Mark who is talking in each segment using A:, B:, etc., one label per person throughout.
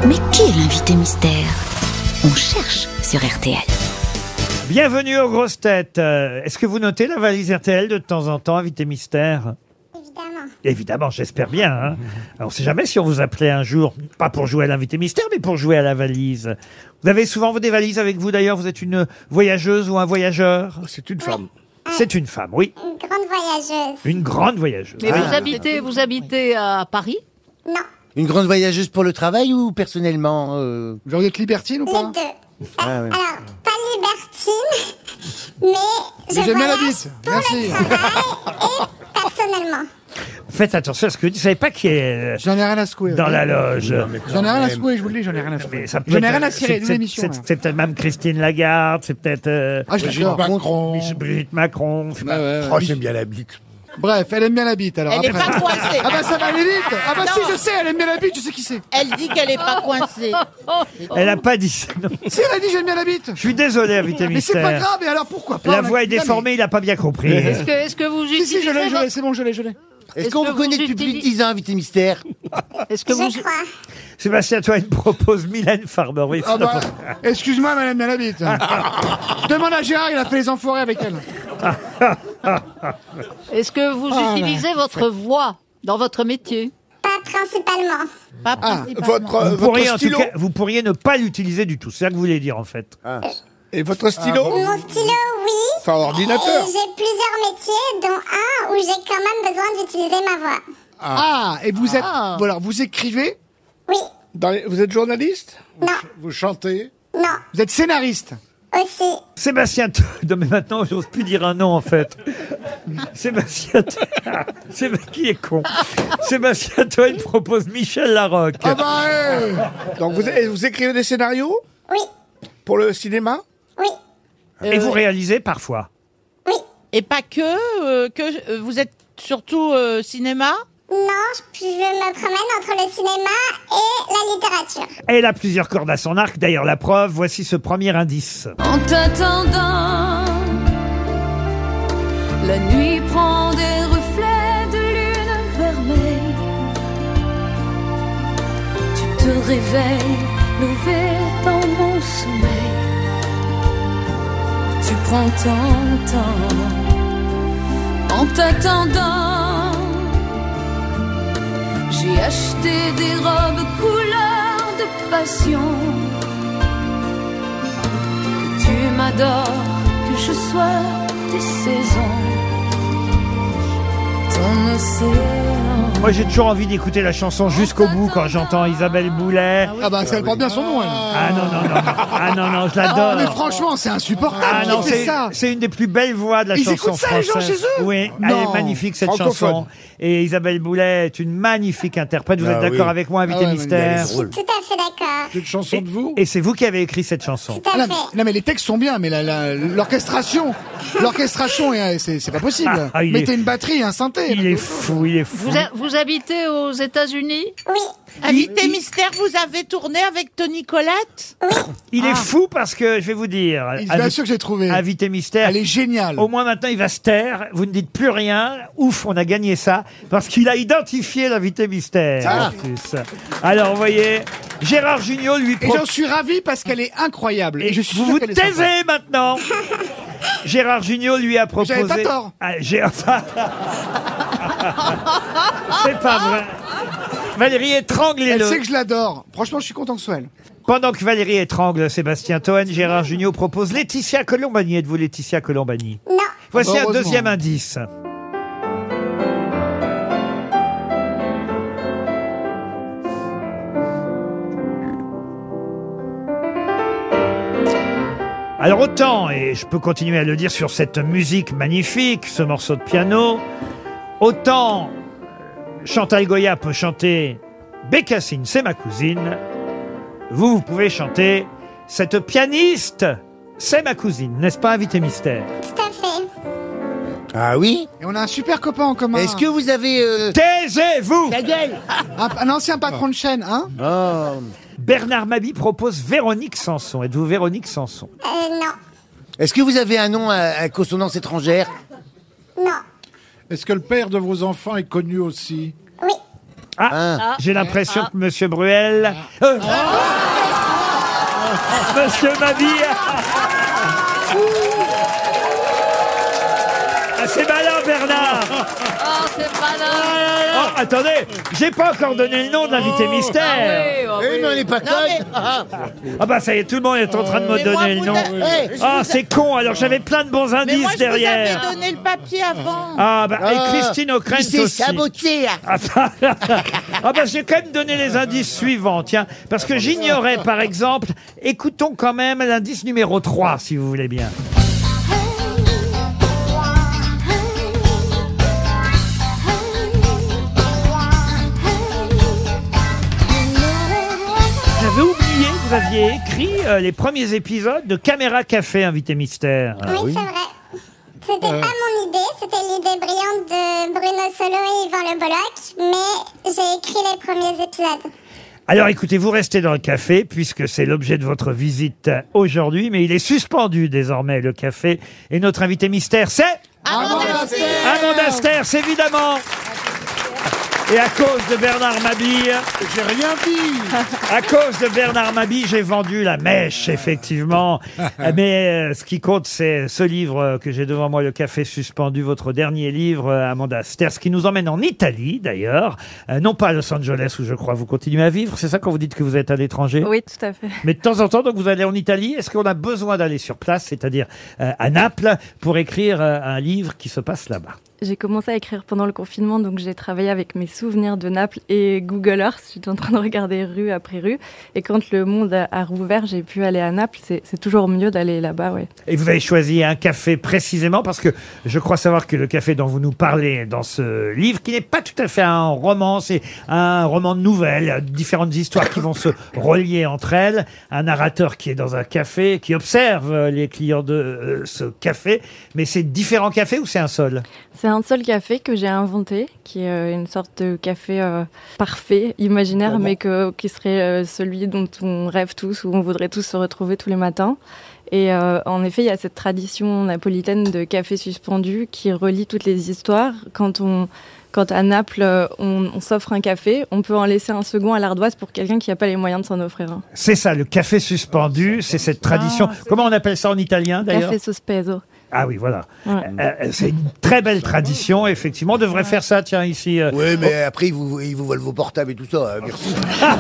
A: Mais qui est l'invité mystère? On cherche sur RTL.
B: Bienvenue aux grosses têtes. Est-ce que vous notez la valise RTL de temps en temps, invité mystère?
C: Évidemment.
B: Évidemment, j'espère bien. Hein. Alors, on ne sait jamais si on vous appelait un jour, pas pour jouer à l'invité mystère, mais pour jouer à la valise. Vous avez souvent des valises avec vous d'ailleurs? Vous êtes une voyageuse ou un voyageur?
D: C'est une femme.
B: C'est une femme, oui.
C: Une grande voyageuse.
B: Une grande voyageuse.
E: Mais vous habitez à Paris?
C: Non,
F: Une grande voyageuse pour le travail ou personnellement
D: Vous êtes libertine ou
C: les
D: pas
C: deux.
F: Ah ouais.
C: Alors, pas libertine, mais je
D: Mais j'aime bien la
C: voyage
D: bite.
C: pour
D: Merci.
C: le travail et personnellement.
B: Faites attention à ce que vous dites. Vous savez pas qui est
D: J'en ai rien à secouer.
B: dans la loge.
D: J'en ai rien à secouer, je vous le dis, j'en ai rien à secouer.
B: Mais ça peut
D: J'en ai
B: être-
D: rien à cirer
B: c'est-
D: de
B: c'est-
D: l'émission.
B: C'est c'est peut-être même Christine Lagarde, c'est peut-être
D: Ah, je l'adore.
B: Brigitte Macron. c'est pas-
D: Oh,
F: j'aime bien la bite.
D: Bref, elle aime bien la bite alors.
G: Elle est
D: après.
G: pas coincée.
D: Ah bah ça va aller vite. Ah bah
G: Non.
D: si, je sais, elle aime bien la bite, je sais qui c'est.
G: Elle dit qu'elle est pas coincée.
B: Elle a pas dit ça. Non.
D: Si, elle a dit j'aime bien la bite.
B: Je suis désolé, invité
D: Mais c'est pas
B: mystère.
D: grave, et alors pourquoi pas?
B: La
D: on a-
B: voix est
D: Non, mais-
B: déformée, il a pas bien compris.
E: Est-ce que vous
D: Si,
E: utilisez
D: si, je l'ai,
E: votre-
D: c'est bon, je l'ai.
F: Est-ce
E: Est-ce
F: qu'on
E: que
F: vous connaît
E: vous
F: depuis plus de
E: utilisez-
F: 10 ans, invité mystère?
E: Est-ce que vous
C: Je crois.
B: Sébastien Toen propose Mylène Farmer. Oui,
D: Ah bah, excuse-moi, mais elle aime bien la bite. Demande à Gérard, il a fait les enfoirés avec elle.
E: est-ce que vous
D: Ah,
E: utilisez votre voix dans votre métier?
C: Pas principalement.
G: Pas
D: Ah,
G: principalement.
B: vous pourriez, en tout
D: stylo
B: cas, vous pourriez ne pas l'utiliser du tout. C'est ça que vous voulez dire, en fait.
D: Et votre stylo
C: Mon stylo, oui.
D: Enfin, ordinateur.
C: Et j'ai plusieurs métiers, dont un où j'ai quand même besoin d'utiliser ma voix.
D: Ah, et vous êtes...
E: Ah.
D: Bon, alors, vous écrivez?
C: Oui.
D: Vous êtes journaliste?
C: Non.
D: Vous chantez?
C: Non.
D: Vous êtes scénariste?
C: Aussi.
B: Sébastien Toen. Non, mais maintenant, j'ose plus dire un nom, en fait. Sébastien Toen. Qui est con? Sébastien Toen propose Michel Larocque.
D: Ah bah,
H: Donc vous écrivez des scénarios
C: Oui.
H: pour le cinéma?
C: Oui.
B: Et vous réalisez parfois.
C: Oui.
G: Et pas que vous êtes surtout cinéma.
C: Non, je me promène entre le cinéma et la littérature.
B: Elle a plusieurs cordes à son arc. D'ailleurs, la preuve, voici ce premier indice.
I: En t'attendant, la nuit prend des reflets de lune vermeille. Tu te réveilles, levé dans mon sommeil. Tu prends ton temps. En t'attendant, j'ai acheté des robes couleur de passion. Que tu m'adores, que je sois tes saisons, ton océan.
B: Moi, j'ai toujours envie d'écouter la chanson jusqu'au bout quand j'entends Isabelle Boulet.
D: ah bah, ça elle porte bien son nom, elle.
B: Ah non, non, non. Ah non, non, je
D: Ah, mais
B: l'adore.
D: franchement, c'est insupportable.
B: Ah non,
D: Qui fait
B: c'est
D: ça?
B: c'est une des plus belles voix de la
D: Ils
B: chanson
D: écoutent ça, les gens,
B: française.
D: chez eux?
B: Oui, elle
D: Non.
B: est magnifique cette
H: Francophone.
B: chanson. Et Isabelle Boulet est une magnifique interprète. Vous êtes d'accord avec moi, invité
D: Ah ouais, mais
B: mystère?
C: Je suis tout à fait d'accord.
H: C'est une chanson de vous?
B: Et c'est vous qui avez écrit cette chanson.
C: Tout à
D: Ah,
C: fait.
D: non, mais les textes sont bien, mais l'orchestration, c'est pas possible.
B: Ah, il est-
D: Mettez une batterie, un synthé.
B: Il est fou, il est fou.
E: Vous habitez aux États-Unis?
C: Oui.
G: Invité mystère, vous avez tourné avec Tony Collette.
B: Il est fou parce que, je vais vous dire,
D: Bien sûr que j'ai trouvé.
B: invité mystère,
D: Elle est géniale.
B: au moins maintenant il va se taire, vous ne dites plus rien, ouf, on a gagné ça, parce qu'il a identifié l'invité mystère.
D: Ah.
B: En plus. Alors, vous voyez, Gérard Jugnot lui
D: Et j'en suis ravi parce qu'elle est incroyable. Et je suis
B: vous
D: sûr
B: vous
D: qu'elle est sympa.
B: taisez maintenant. Gérard Jugnot lui a proposé...
D: J'avais pas tort.
B: Ah, enfin... C'est pas vrai. Valérie
D: Elle
B: étranglez-le.
D: sait que je l'adore. Franchement, je suis content que ce soit elle.
B: Pendant que Valérie étrangle Sébastien Toen, Gérard Jugnot propose Laetitia Colombani. Êtes-vous Laetitia Colombani?
C: Non.
B: Voici un
D: Heureusement.
B: deuxième indice. Alors autant, et je peux continuer à le dire sur cette musique magnifique, ce morceau de piano, autant Chantal Goya peut chanter Bécassine, c'est ma cousine, vous pouvez chanter cette pianiste, c'est ma cousine, n'est-ce pas, invité mystère?
C: Tout à fait.
F: Ah oui?
D: Et on a un super copain en commun.
F: Est-ce que vous avez...
B: Taisez-vous!
F: Ta gueule!
D: un ancien patron de chaîne, hein?
F: Oh.
B: Bernard Mabie propose Véronique Sanson. Êtes-vous Véronique Sanson?
C: Non.
F: Est-ce que vous avez un nom à consonance étrangère?
C: Non.
H: Est-ce que le père de vos enfants est connu aussi?
C: Oui.
B: J'ai l'impression que Monsieur Bruel... Monsieur Mabille... Ah, c'est malin, Bernard.
E: Oh, c'est malin.
B: Oh, attendez, j'ai pas encore donné le nom de l'invité mystère.
F: Mais on n'est pas conne.
B: Ah bah ça y est, tout le monde est en train de me donner le nom. Ah, c'est con, alors j'avais plein de bons
G: Mais
B: indices
G: moi, je
B: derrière.
G: vous avais donné le papier avant.
B: Ah bah, et Christine O'Krent
F: Il s'est
B: aussi.
F: saboté.
B: Ah bah j'ai quand même donné les indices suivants, tiens, parce que j'ignorais par exemple, écoutons quand même l'indice numéro 3 si vous voulez bien. J'avais oublié que vous aviez écrit les premiers épisodes de Caméra Café, Invité Mystère.
C: Oui, c'est vrai. C'était pas mon idée, c'était l'idée brillante de Bruno Solo et Yvan Le Bolloc, mais j'ai écrit les premiers épisodes.
B: Alors écoutez, vous restez dans le café, puisque c'est l'objet de votre visite aujourd'hui, mais il est suspendu désormais, le café. Et notre invité mystère, c'est...
G: Amanda Aster.
B: Amanda Aster, c'est évidemment. Et à cause de Bernard Mabille...
D: J'ai rien dit.
B: À cause de Bernard Mabille, j'ai vendu la mèche, effectivement. Mais ce qui compte, c'est ce livre que j'ai devant moi, Le Café Suspendu, votre dernier livre, Amanda Aster, ce qui nous emmène en Italie, d'ailleurs. Non pas à Los Angeles, où je crois vous continuez à vivre. C'est ça quand vous dites que vous êtes à l'étranger?
J: Oui, tout à fait.
B: Mais de temps en temps, donc, vous allez en Italie. Est-ce qu'on a besoin d'aller sur place, c'est-à-dire à Naples, pour écrire un livre qui se passe là-bas?
J: J'ai commencé à écrire pendant le confinement, donc j'ai travaillé avec mes souvenirs de Naples et Google Earth. J'étais en train de regarder rue après rue. Et quand le monde a rouvert, j'ai pu aller à Naples. C'est toujours mieux d'aller là-bas, ouais.
B: Et vous avez choisi un café précisément parce que je crois savoir que le café dont vous nous parlez dans ce livre, qui n'est pas tout à fait un roman, c'est un roman de nouvelles, différentes histoires qui vont se relier entre elles, un narrateur qui est dans un café, qui observe les clients de ce café, mais c'est différents cafés ou c'est un seul?
J: C'est un seul café que j'ai inventé, qui est une sorte de café parfait, imaginaire, mais qui serait celui dont on rêve tous, où on voudrait tous se retrouver tous les matins. Et en effet, il y a cette tradition napolitaine de café suspendu qui relie toutes les histoires. Quand à Naples, on s'offre un café, on peut en laisser un second à l'ardoise pour quelqu'un qui n'a pas les moyens de s'en offrir un.
B: C'est ça, le café suspendu, c'est cette tradition. Comment on appelle ça en italien, d'ailleurs?
J: Café sospeso.
B: Ah oui, voilà.
J: Ouais.
B: C'est une très belle tradition, effectivement. On devrait faire ça, tiens, ici.
F: Oui, mais après, ils vous volent vos portables et tout ça. Merci.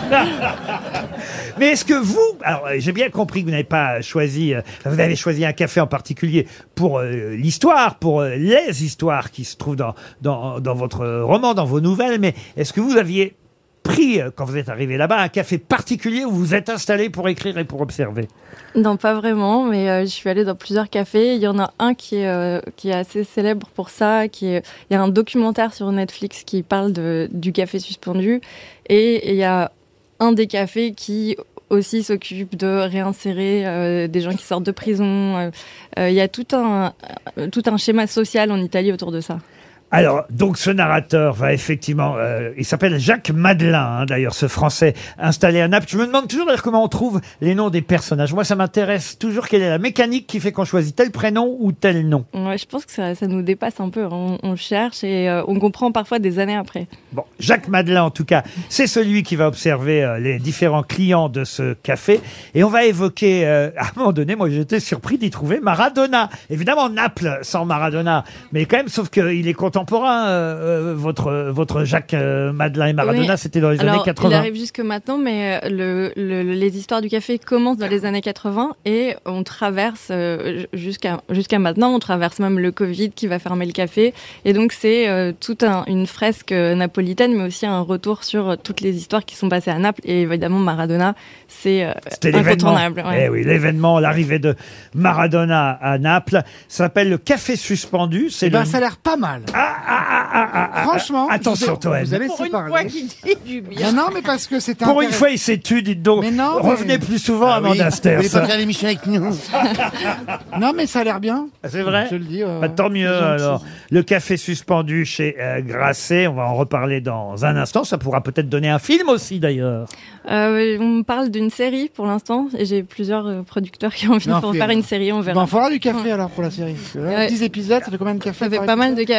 B: Mais est-ce que vous... Alors, j'ai bien compris que vous n'avez pas choisi... vous avez choisi un café en particulier pour l'histoire, pour les histoires qui se trouvent dans votre roman, dans vos nouvelles. Mais est-ce que vous aviez pris, quand vous êtes arrivé là-bas, un café particulier où vous vous êtes installé pour écrire et pour observer?
J: Non, pas vraiment, mais je suis allée dans plusieurs cafés. Il y en a un qui est assez célèbre pour ça. Il y a un documentaire sur Netflix qui parle du café suspendu. Et il y a un des cafés qui aussi s'occupe de réinsérer des gens qui sortent de prison. Il y a tout un schéma social en Italie autour de ça.
B: Alors, donc ce narrateur va effectivement... il s'appelle Jacques Madelin, d'ailleurs, ce Français installé à Naples. Je me demande toujours d'ailleurs comment on trouve les noms des personnages. Moi, ça m'intéresse toujours quelle est la mécanique qui fait qu'on choisit tel prénom ou tel nom.
J: Ouais, je pense que ça nous dépasse un peu. On cherche et on comprend parfois des années après.
B: Bon, Jacques Madelin, en tout cas, c'est celui qui va observer les différents clients de ce café. Et on va évoquer... à un moment donné, moi, j'étais surpris d'y trouver Maradona. Évidemment, Naples sans Maradona. Mais quand même, sauf qu'il est contemporain, votre Jacques Madelin et Maradona, oui. C'était dans les années 80.
J: Il arrive jusque maintenant, mais les histoires du café commencent dans les années 80 et on traverse jusqu'à maintenant, on traverse même le Covid qui va fermer le café. Et donc c'est toute une fresque napolitaine, mais aussi un retour sur toutes les histoires qui sont passées à Naples. Et évidemment, Maradona, c'est incontournable.
B: Ouais. Eh oui, l'événement, l'arrivée de Maradona à Naples, ça s'appelle le Café Suspendu.
D: Ça a l'air pas mal. Franchement,
B: attention, Toen.
D: Vous allez
G: pour une
D: parler.
G: fois qu'il dit du bien.
D: Non, mais parce que c'était
B: pour une fois, il s'est tu, dites donc. Revenez plus souvent, Amanda Aster.
F: Vous voulez pas faire l'émission avec nous?
D: Non, mais ça a l'air bien.
B: C'est vrai?
D: Je le dis.
B: Tant mieux, alors. Le Café Suspendu chez Grasset. On va en reparler dans un instant. Ça pourra peut-être donner un film aussi, d'ailleurs.
J: On parle d'une série pour l'instant. Et j'ai plusieurs producteurs qui ont envie de faire une série. On verra.
D: Il faudra du café alors pour la série. 10 épisodes, ça fait combien de café?
J: Ça fait pas mal de café.
B: Il y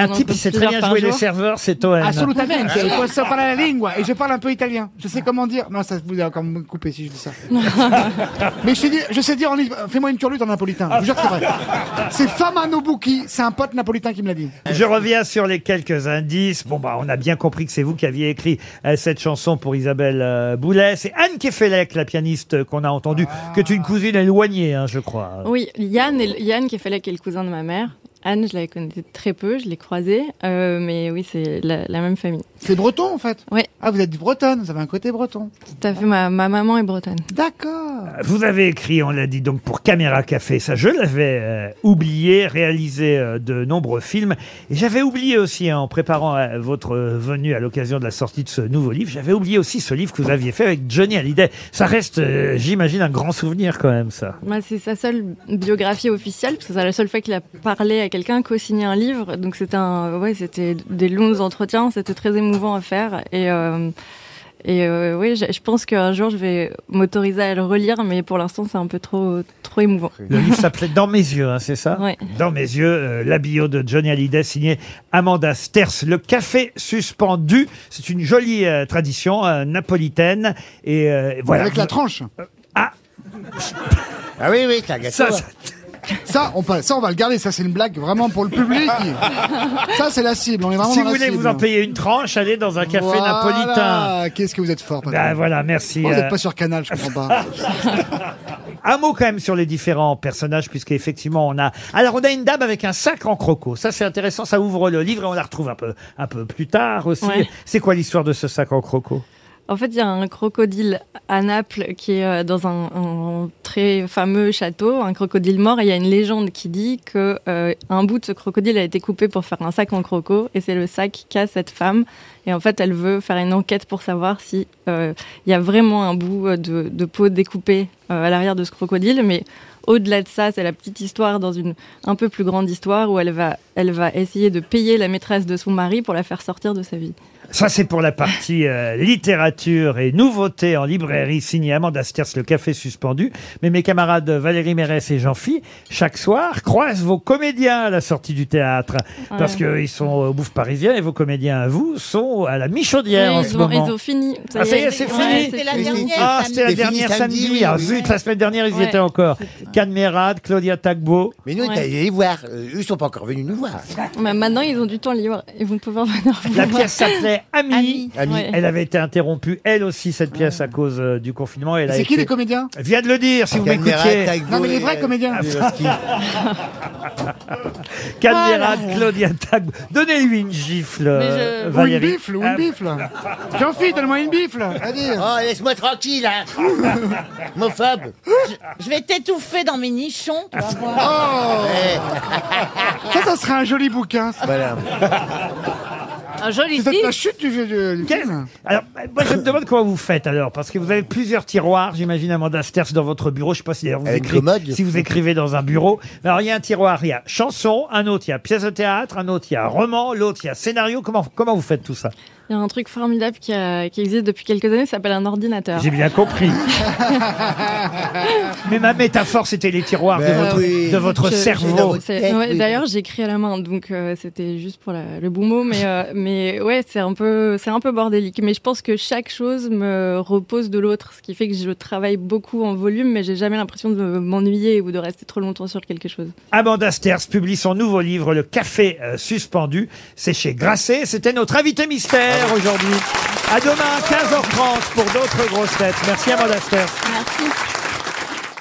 B: un
J: on en
B: type
J: pose
B: qui sait très
J: plusieurs
B: bien
J: par
B: jouer les
J: jour.
B: serveurs, c'est Toen.
D: Assolutamente, posso parlare la lingua et je parle un peu italien. Je sais comment dire. Non, ça vous allez encore me couper si je dis ça. Mais je sais dire fais-moi une turlute en napolitain. Je vous jure que c'est vrai. C'est Fama Nobuki, c'est un pote napolitain qui me l'a dit.
B: Je reviens sur les quelques indices. Bon, on a bien compris que c'est vous qui aviez écrit cette chanson pour Isabelle Boulet. C'est Anne Kefelec, la pianiste qu'on a entendue, que tu es une cousine éloignée, hein, je crois.
J: Oui, Yann Kefelec est le cousin de ma mère. Anne, je la connaissais très peu, je l'ai croisée, mais oui, c'est la même famille.
D: C'est breton en fait.
J: Oui.
D: Ah, vous êtes bretonne, vous avez un côté breton.
J: Tout à fait, ma maman est bretonne.
D: D'accord.
B: Vous avez écrit, on l'a dit, donc pour Caméra Café. Ça, je l'avais oublié, réalisé de nombreux films. Et j'avais oublié aussi, en préparant votre venue à l'occasion de la sortie de ce nouveau livre, j'avais oublié aussi ce livre que vous aviez fait avec Johnny Hallyday. Ça reste, j'imagine, un grand souvenir quand même, ça.
J: C'est sa seule biographie officielle, parce que c'est la seule fois qu'il a parlé à quelqu'un, co-signé un livre. Donc c'était des longs entretiens, c'était très émouvant à faire. Et oui, je pense qu'un jour je vais m'autoriser à le relire, mais pour l'instant c'est un peu trop émouvant.
B: Le livre s'appelait Dans mes yeux, hein, c'est ça?
J: Ouais.
B: Dans mes yeux, la bio de Johnny Hallyday signée Amanda Sters. Le café suspendu, c'est une jolie tradition napolitaine. Et voilà.
D: Avec la tranche.
F: Ah oui, c'est un gâteau.
D: Ça, on va le garder. Ça, c'est une blague vraiment pour le public. Ça, c'est la cible. On est vraiment
B: Si
D: dans
B: vous
D: la
B: voulez
D: cible.
B: vous en payer une tranche, allez dans un café napolitain.
D: Qu'est-ce que vous êtes fort, patron.
B: Ben voilà, merci.
D: Vous n'êtes pas sur Canal, je comprends pas.
B: Un mot quand même sur les différents personnages, puisqu'effectivement on a une dame avec un sac en croco. Ça c'est intéressant, ça ouvre le livre et on la retrouve un peu plus tard aussi.
J: Ouais.
B: C'est quoi l'histoire de ce sac en croco?
J: En fait, il y a un crocodile à Naples qui est dans un très fameux château, un crocodile mort, et il y a une légende qui dit que un bout de ce crocodile a été coupé pour faire un sac en croco, et c'est le sac qu'a cette femme. Et en fait, elle veut faire une enquête pour savoir si il y a vraiment un bout de peau découpé à l'arrière de ce crocodile, mais au-delà de ça, c'est la petite histoire dans une un peu plus grande histoire où elle va essayer de payer la maîtresse de son mari pour la faire sortir de sa vie.
B: Ça, c'est pour la partie littérature et nouveautés en librairie, signé Amanda Sters, Le Café Suspendu. Mais mes camarades Valérie Mérès et Jean-Phi, chaque soir, croisent vos comédiens à la sortie du théâtre.
J: Ouais.
B: Parce qu'ils sont au Bouffe Parisien et vos comédiens à vous sont à la Michaudière en ce moment.
J: Ils ont fini.
B: Ah, ça y est, c'est fini.
G: C'était la dernière.
B: Ah, c'était la
F: C'est
B: dernière
F: fini
B: samedi.
F: samedi,
B: Ah,
F: oui.
B: zut, la semaine dernière, ils y
J: Ouais.
B: étaient encore. Cadmerade, Claudia Tagbo.
F: Mais nous, on est allés les voir. Eux, ils sont pas encore venus nous voir.
J: Mais maintenant, ils ont du temps libre. Ils vont pouvoir venir vous
B: La
J: voir.
B: pièce s'appelait Ami.
F: Ami.
J: Ouais.
B: Elle avait été interrompue, elle aussi, cette pièce, à cause du confinement. Elle a
D: C'est qui
B: été-
D: les comédiens?
B: Je viens de le dire, si vous m'écoutiez.
D: Non, mais les vrais comédiens.
B: Cadmerade, Claudia Tagbo. Donnez-lui une gifle,
G: Mais je-
D: Ou une
B: Valérie.
D: bifle, ou une bifle. Jean-Philippe, donne-moi une bifle. Allez.
F: Oh, laisse-moi tranquille, hein. Homophobe.
G: Je vais t'étouffer dans mes nichons, tu vas voir.
D: Oh. Ça serait un joli bouquin. ça.
F: Voilà.
G: Un joli
D: C'est peut-être la
G: titre.
D: chute du
B: Quel-
D: film.
B: Alors, moi, je me demande comment vous faites alors, parce que vous avez plusieurs tiroirs, j'imagine, Amanda Sters, dans votre bureau. Je sais pas si d'ailleurs vous
F: Avec
B: écrivez,
F: commode.
B: si vous écrivez dans un bureau. Alors, il y a un tiroir, il y a chanson, un autre, il y a pièce de théâtre, un autre, il y a roman, l'autre, il y a scénario. Comment vous faites tout ça?
J: Il y a un truc formidable qui existe depuis quelques années, ça s'appelle un ordinateur.
B: J'ai bien compris. Mais ma métaphore, c'était les tiroirs de
F: Ben
B: votre,
F: oui.
B: de votre
J: Je-
B: cerveau.
J: Ouais, d'ailleurs, j'écris à la main, donc c'était juste pour le bon mot, mais ouais, c'est un peu bordélique. Mais je pense que chaque chose me repose de l'autre, ce qui fait que je travaille beaucoup en volume, mais j'ai jamais l'impression de m'ennuyer ou de rester trop longtemps sur quelque chose.
B: Amanda Sters publie son nouveau livre, Le Café Suspendu. C'est chez Grasset. C'était notre invité mystère aujourd'hui. À demain, 15h30 pour d'autres grosses têtes. Merci Amanda Sters.
J: Merci.